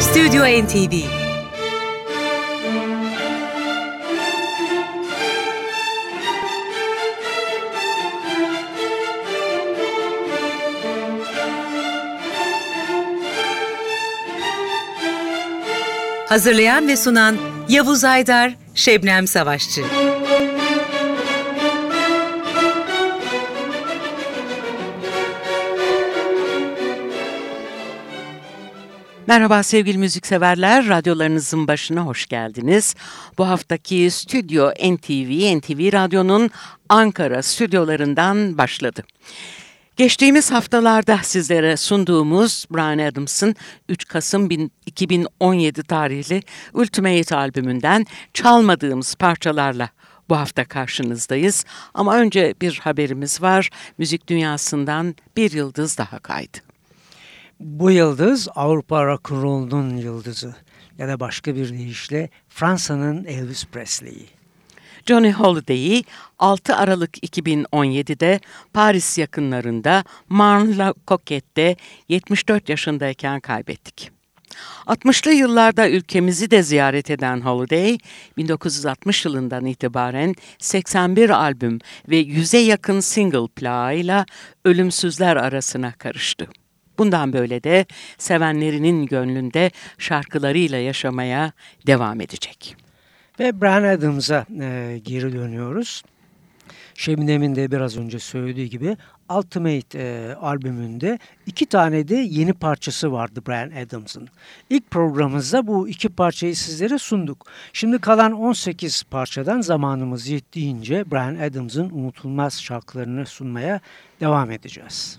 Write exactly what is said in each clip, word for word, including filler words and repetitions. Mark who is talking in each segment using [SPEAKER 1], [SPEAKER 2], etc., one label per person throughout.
[SPEAKER 1] Stüdyo N T V. Hazırlayan ve sunan Yavuz Aydar, Şebnem Savaşçı. Merhaba sevgili müzikseverler, radyolarınızın başına hoş geldiniz. Bu haftaki Stüdyo N T V, N T V Radyo'nun Ankara stüdyolarından başladı. Geçtiğimiz haftalarda sizlere sunduğumuz Bryan Adams'ın üç Kasım iki bin on yedi tarihli Ultimate albümünden çalmadığımız parçalarla bu hafta karşınızdayız. Ama önce bir haberimiz var. Müzik dünyasından bir yıldız daha kaydı.
[SPEAKER 2] Bu yıldız Avrupa rock'n'roll'unun yıldızı ya da başka bir deyişle Fransa'nın Elvis Presley'i.
[SPEAKER 1] Johnny Holiday'i altı Aralık iki bin on yedide Paris yakınlarında Marne-la-Coquette'de yetmiş dört yaşındayken kaybettik. altmışlı yıllarda ülkemizi de ziyaret eden Holiday, bin dokuz yüz altmış yılından itibaren seksen bir albüm ve yüze yakın single plağıyla ölümsüzler arasına karıştı. Bundan böyle de sevenlerinin gönlünde şarkılarıyla yaşamaya devam edecek.
[SPEAKER 2] Ve Bryan Adams'a e, geri dönüyoruz. Şebnem'in de biraz önce söylediği gibi Ultimate e, albümünde iki tane de yeni parçası vardı Bryan Adams'ın. İlk programımızda bu iki parçayı sizlere sunduk. Şimdi kalan on sekiz parçadan zamanımız yettiğince Bryan Adams'ın unutulmaz şarkılarını sunmaya devam edeceğiz.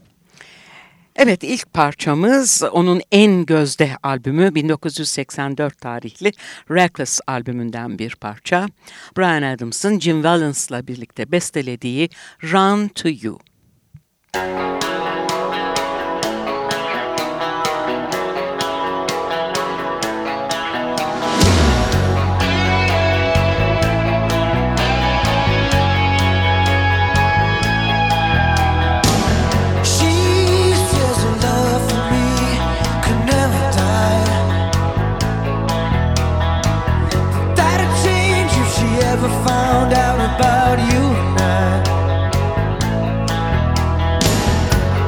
[SPEAKER 1] Evet, ilk parçamız onun en gözde albümü bin dokuz yüz seksen dört tarihli Reckless albümünden bir parça. Bryan Adams'ın Jim Valence'la birlikte bestelediği Run to You.
[SPEAKER 3] Found out about you and I.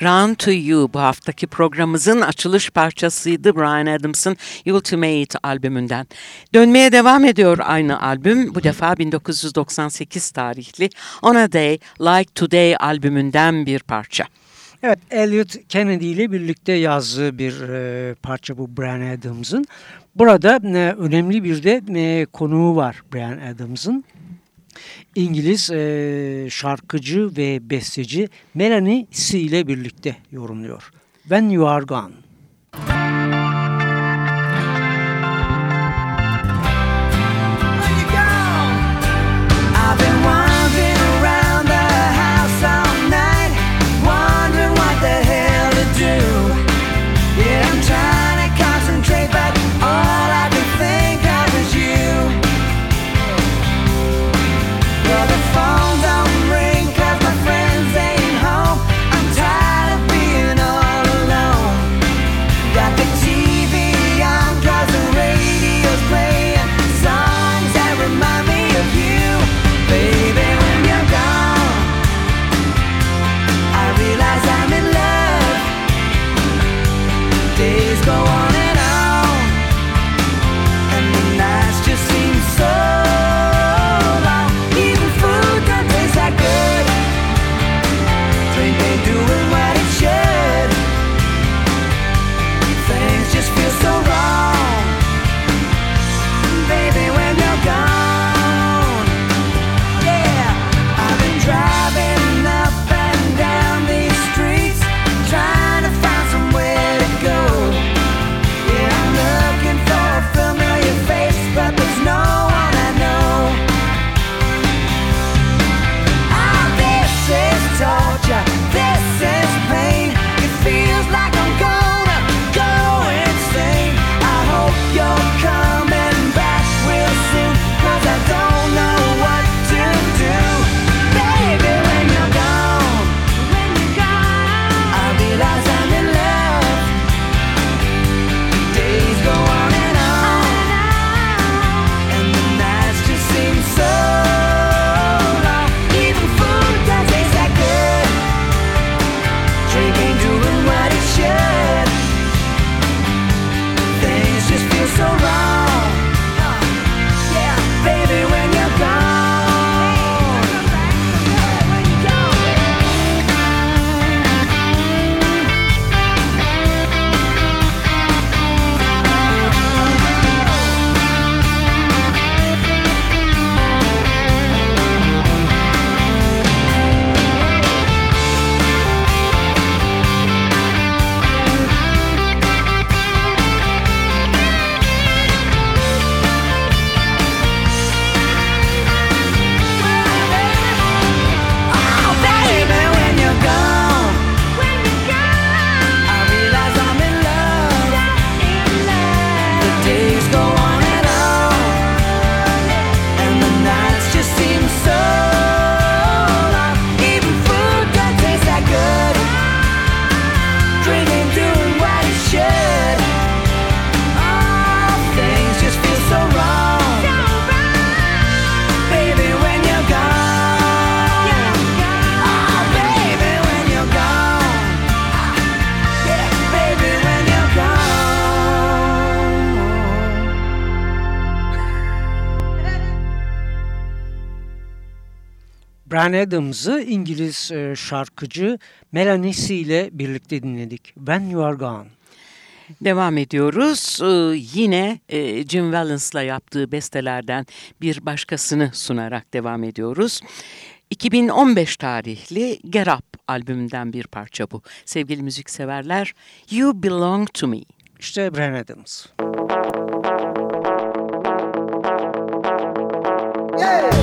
[SPEAKER 1] Run to You bu haftaki programımızın açılış parçasıydı Bryan Adams'ın Ultimate albümünden. Dönmeye devam ediyor aynı albüm. Bu defa bin dokuz yüz doksan sekiz tarihli On a Day Like Today albümünden bir parça.
[SPEAKER 2] Evet, Elliot Kennedy ile birlikte yazdığı bir e, parça bu Bryan Adams'ın. Burada e, önemli bir de e, konuğu var Bryan Adams'ın. İngiliz e, şarkıcı ve besteci Melanie C ile birlikte yorumluyor. When You Are Gone. Bryan Adams'ı İngiliz e, şarkıcı Melanie C ile birlikte dinledik. When You Are Gone.
[SPEAKER 1] Devam ediyoruz. Ee, yine e, Jim Valence'la yaptığı bestelerden bir başkasını sunarak devam ediyoruz. iki bin on beş tarihli Get Up albümünden bir parça bu. Sevgili müzikseverler, You Belong to Me.
[SPEAKER 2] İşte Bryan Adams. Yeah!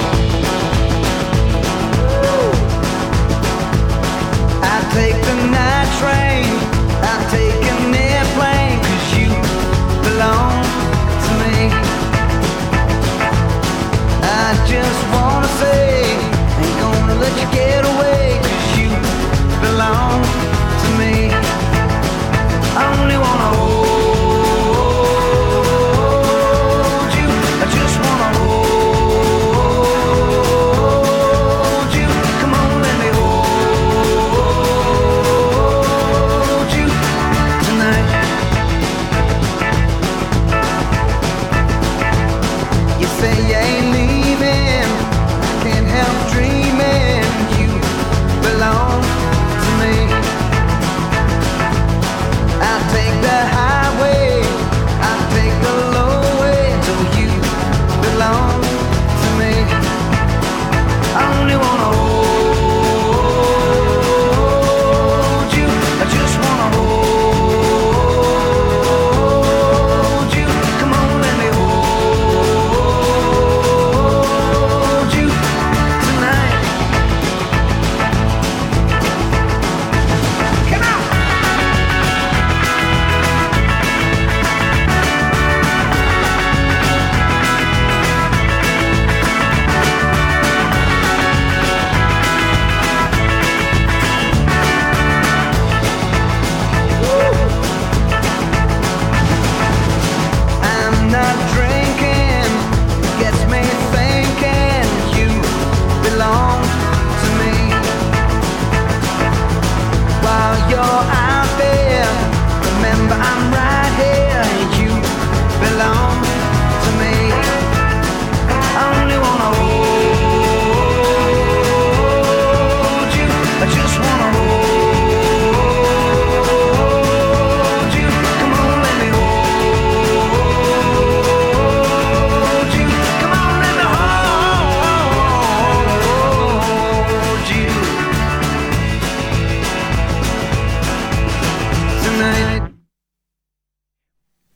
[SPEAKER 3] Take the night train, I'll take an airplane, 'cause you belong to me. I just wanna say, ain't gonna let you get away, 'cause you belong to me. I only wanna hold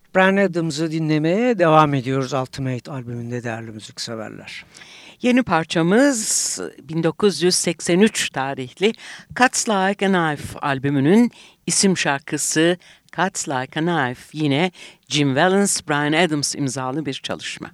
[SPEAKER 2] Bryan Adams'ı dinlemeye devam ediyoruz Ultimate albümünde değerli müzikseverler.
[SPEAKER 1] Yeni parçamız bin dokuz yüz seksen üç tarihli Cuts Like a Knife albümünün isim şarkısı Cuts Like a Knife, yine Jim Valance, Bryan Adams imzalı bir çalışma.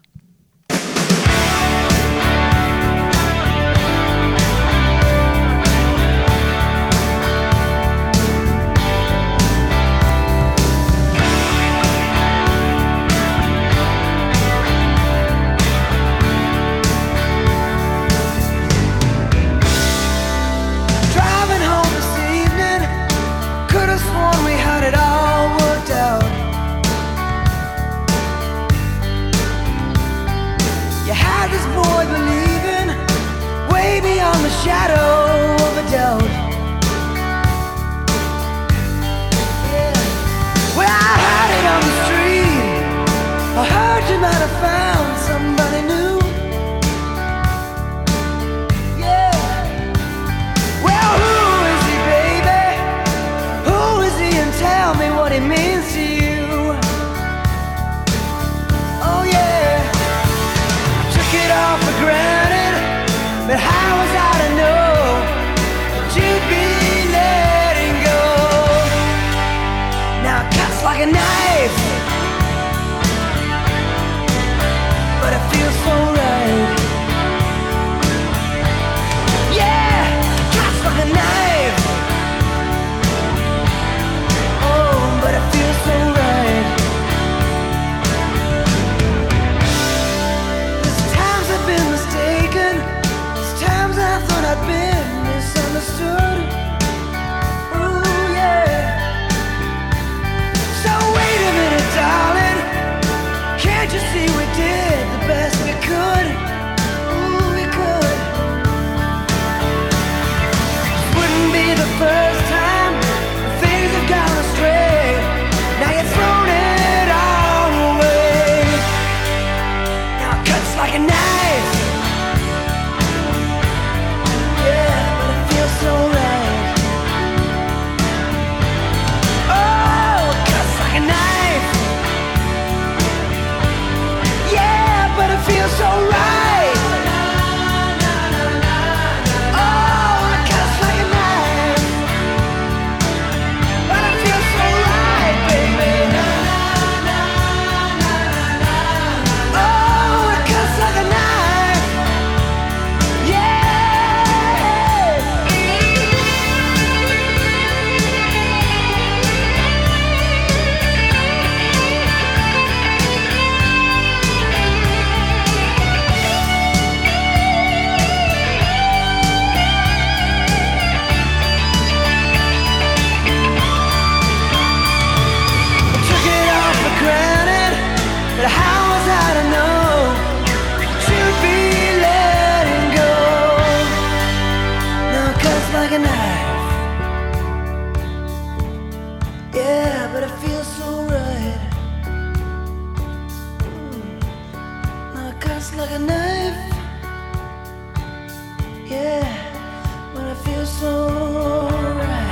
[SPEAKER 3] The shadow of a doubt. Yeah. Well, I heard it on the street. I heard you might have found somebody new. Yeah. Well, who is he, baby? Who is he, and tell me what he means to you? Oh yeah. I took it all for granted, but how was I to know that you'd be letting go? Now it cuts like a knife, but it feels so right. Yeah, it cuts like a knife. Oh, but it feels so right. There's times I've been mistaken, times I thought I'd been misunderstood. Ooh, yeah. So wait a minute, darling. Can't you see we did the best we could? Ooh, we could. This wouldn't be the first time things have gone astray. Now you've thrown it all away. Now it cuts like a knife. So right. Oh, it cuts like a knife. Yeah, but it feels so right. Oh, it cuts like a knife, but it feels so right, baby. Oh, it cuts like a knife. Yeah. But how was I to know you'd be letting go? Now it cuts like a knife. Yeah, but it feels so right. Now it cuts like a knife. Yeah, but it feels so right.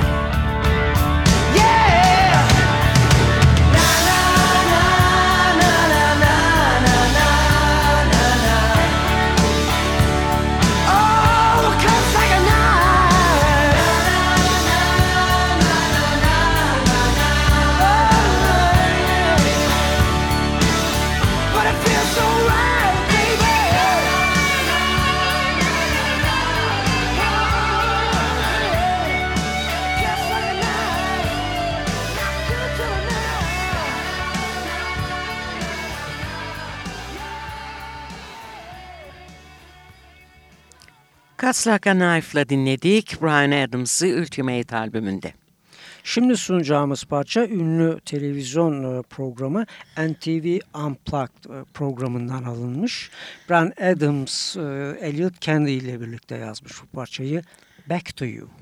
[SPEAKER 1] Cuts Like a Knife'la dinledik Bryan Adams'ı Ultimate albümünde.
[SPEAKER 2] Şimdi sunacağımız parça ünlü televizyon programı N T V Unplugged programından alınmış. Bryan Adams, Elliot Candy ile birlikte yazmış bu parçayı, Back to You.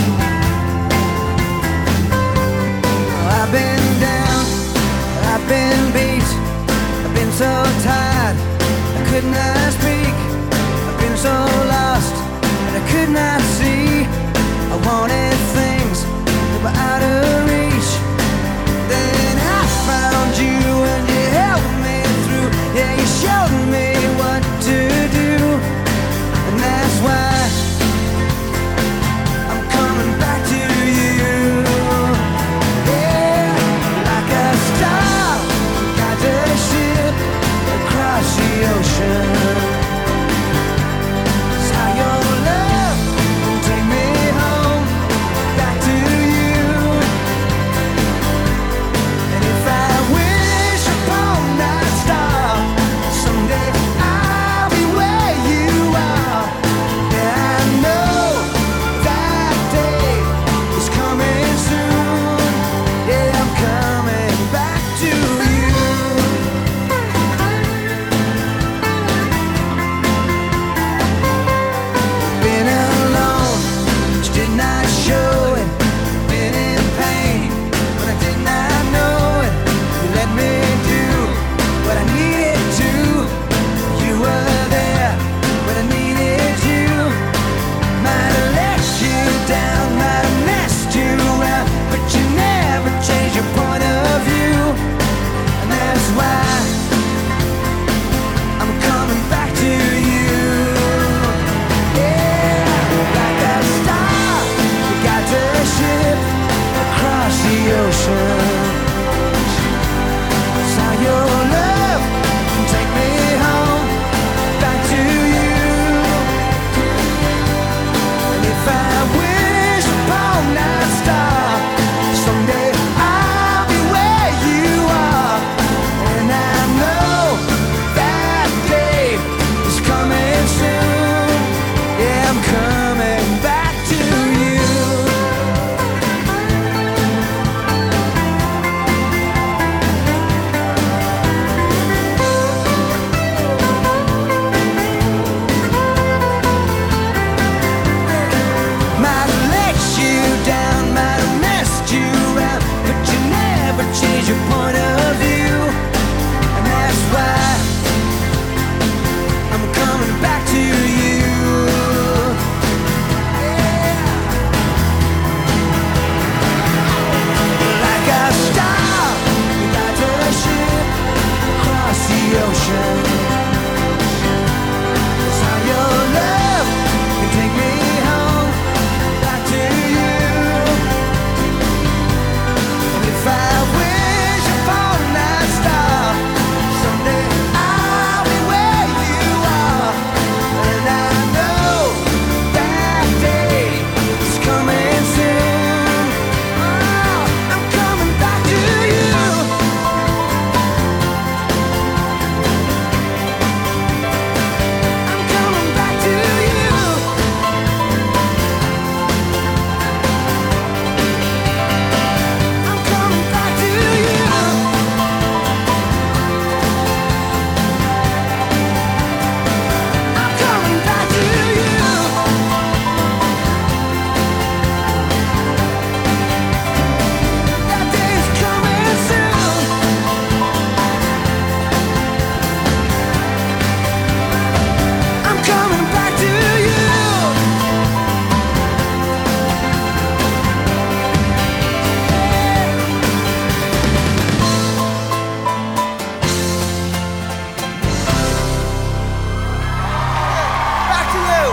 [SPEAKER 3] I've been not see. I wanted things that were out of reach. Then I found you and you helped me through. Yeah, you showed me what to do. And that's why I'm coming back to you. Yeah, like a star, got the ship across the ocean. It's how your love will take me home, back to you. And if I wish upon that star, someday I'll be where you are. Yeah, I know that day is coming soon. Yeah, I'm coming back to you. Been alone, which did not show it. Been in pain when I did not know it. You let me do what I needed to. You were there when I needed you. Might have let you down, might have messed you around, but you never changed your point of view. And that's why I'm coming back to you. Yeah, like a star, you got the ship across the ocean. It's how your love can take me home, back to you. And if I wish upon that star, someday I'll be where you are. And I know that day is coming soon. Yeah, I'm coming back to you. Might have let you down, might have messed you around, but you never changed your point of view. And that's why I'm coming back to you. Yeah. Like a star, you got the ship across the ocean. It's how your love can take me home, back to you. And if I wish upon that star, someday I'll be where you are. And I know that day is coming soon. Oh, I'm coming back to you. I'm coming back to you. I'm coming back to you. I'm coming back to you. That day's coming soon. I'm coming back to you. Back to you.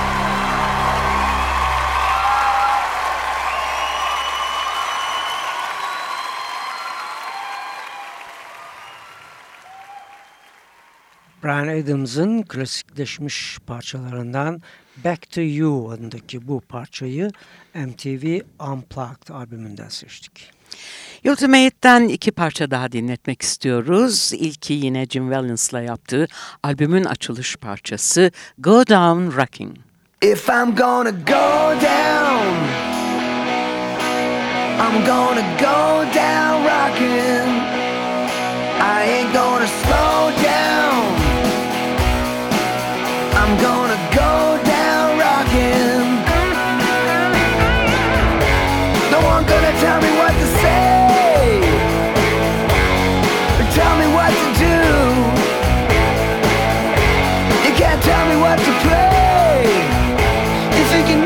[SPEAKER 2] Bryan Adams'ın klasikleşmiş parçalarından Back to You adındaki bu parçayı M T V Unplugged albümünden seçtik.
[SPEAKER 1] Ultimate'den iki parça daha dinletmek istiyoruz. İlki yine Jim Valiance'la yaptığı albümün açılış parçası Go Down Rocking.
[SPEAKER 3] If I'm gonna go down, I'm gonna go down rocking. I ain't gonna slow down. I'm gonna go down rocking. No one gonna tell me what to say, or tell me what to do. You can't tell me what to play. You think you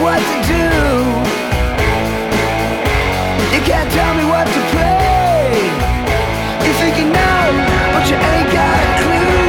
[SPEAKER 3] what to do. You can't tell me what to play. You think you know, but you ain't got a clue.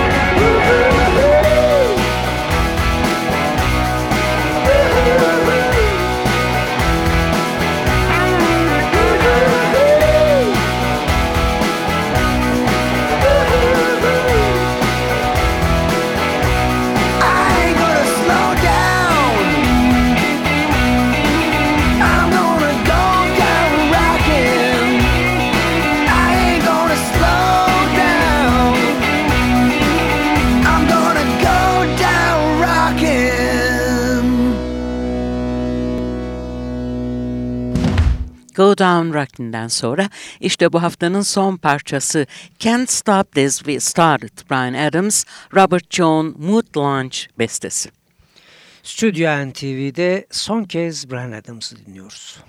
[SPEAKER 1] Go Down Rockin'den sonra işte bu haftanın son parçası Can't Stop This We Started, Bryan Adams, Robert Jones Mood Lounge bestesi.
[SPEAKER 2] Stüdyo N T V'de son kez Bryan Adams'ı dinliyoruz.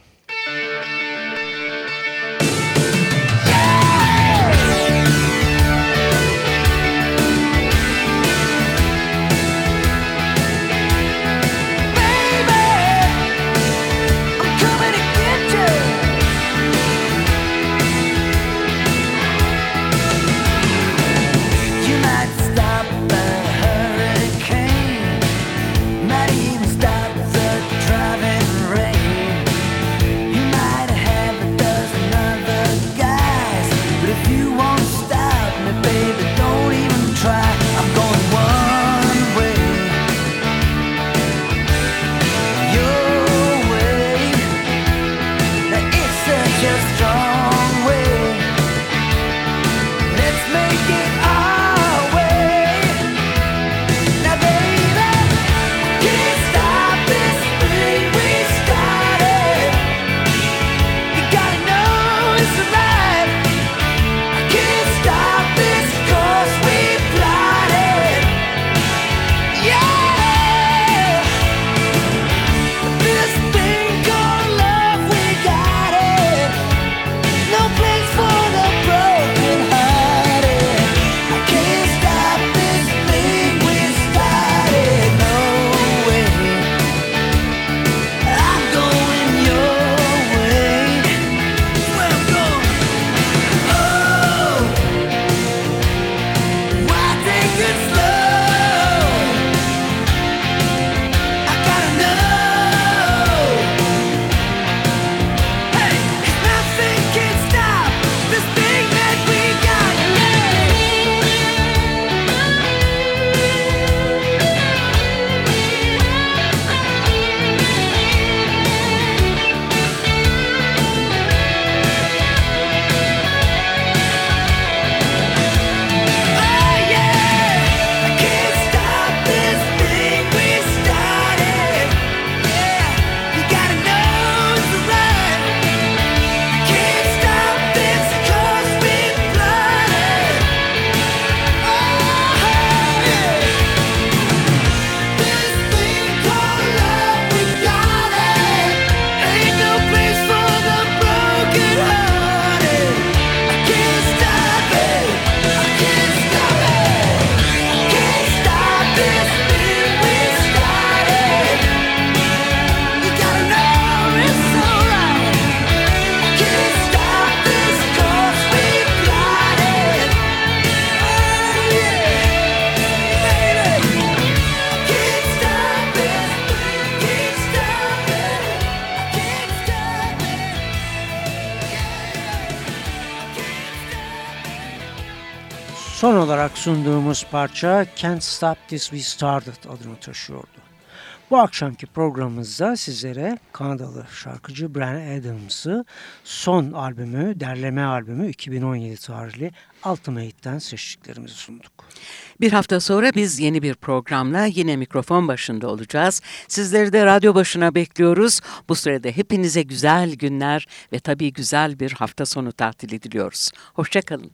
[SPEAKER 2] Son olarak sunduğumuz parça Can't Stop This We Started adını taşıyordu. Bu akşamki programımızda sizlere Kanadalı şarkıcı Bryan Adams'ı son albümü, derleme albümü iki bin on yedi tarihli Ultimate'den seçtiklerimizi sunduk.
[SPEAKER 1] Bir hafta sonra biz yeni bir programla yine mikrofon başında olacağız. Sizleri de radyo başına bekliyoruz. Bu sürede hepinize güzel günler ve tabii güzel bir hafta sonu tatili diliyoruz. Hoşça kalın.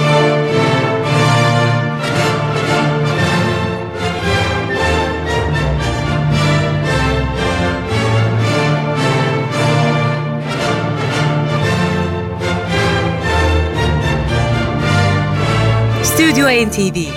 [SPEAKER 4] Stüdyo N T V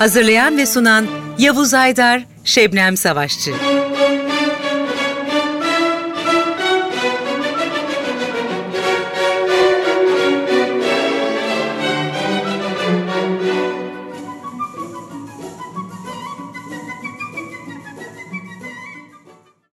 [SPEAKER 4] Hazırlayan ve sunan Yavuz Aydar, Şebnem Savaşçı.